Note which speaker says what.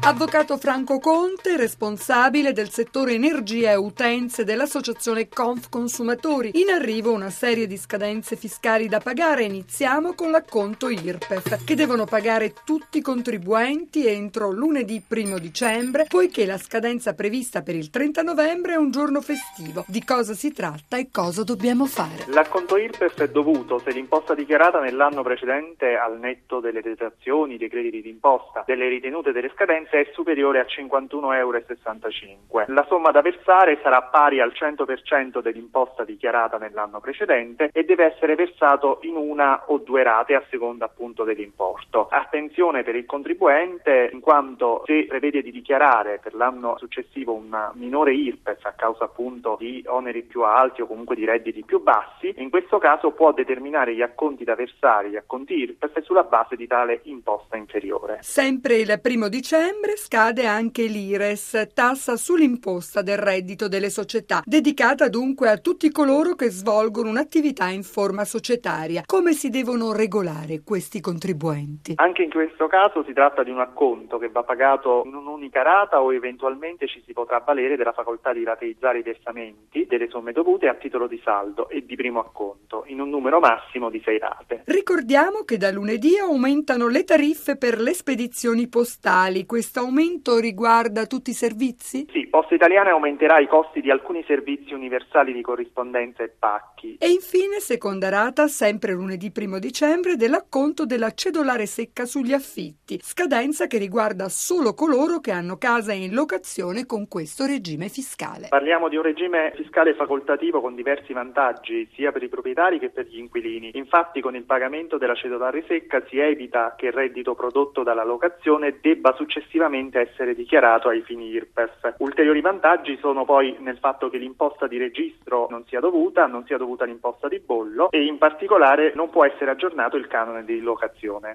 Speaker 1: Avvocato Franco Conte, responsabile del settore energia e utenze dell'associazione Confconsumatori. In arrivo una serie di scadenze fiscali da pagare. Iniziamo con l'acconto IRPEF, che devono pagare tutti i contribuenti entro lunedì 1 dicembre, poiché la scadenza prevista per il 30 novembre è un giorno festivo. Di cosa si tratta e cosa dobbiamo fare?
Speaker 2: L'acconto IRPEF è dovuto se l'imposta dichiarata nell'anno precedente, al netto delle detrazioni, dei crediti d'imposta, delle ritenute delle scadenze, è superiore a 51,65 €. La somma da versare sarà pari al 100% dell'imposta dichiarata nell'anno precedente e deve essere versato in una o due rate a seconda appunto dell'importo. Attenzione per il contribuente, in quanto se prevede di dichiarare per l'anno successivo un minore IRPEF a causa appunto di oneri più alti o comunque di redditi più bassi, in questo caso può determinare gli acconti da versare, gli acconti IRPEF, sulla base di tale imposta inferiore.
Speaker 1: Sempre il 1 dicembre scade anche l'IRES, tassa sull'imposta del reddito delle società, dedicata dunque a tutti coloro che svolgono un'attività in forma societaria. Come si devono regolare questi contribuenti?
Speaker 2: Anche in questo caso si tratta di un acconto che va pagato in un'unica rata o eventualmente ci si potrà valere della facoltà di rateizzare i versamenti delle somme dovute a titolo di saldo e di primo acconto in un numero massimo di 6 rate.
Speaker 1: Ricordiamo che da lunedì aumentano le tariffe per le spedizioni postali. Questo aumento riguarda tutti i servizi?
Speaker 2: Sì, Poste Italiane aumenterà i costi di alcuni servizi universali di corrispondenza e pacchi.
Speaker 1: E infine, seconda rata, sempre lunedì 1 dicembre, dell'acconto della cedolare secca sugli affitti, scadenza che riguarda solo coloro che hanno casa in locazione con questo regime fiscale.
Speaker 2: Parliamo di un regime fiscale facoltativo con diversi vantaggi, sia per i proprietari che per gli inquilini. Infatti, con il pagamento della cedolare secca si evita che il reddito prodotto dalla locazione debba successivamente essere dichiarato ai fini IRPEF. Ulteriori vantaggi sono poi nel fatto che l'imposta di registro non sia dovuta l'imposta di bollo e in particolare non può essere aggiornato il canone di locazione.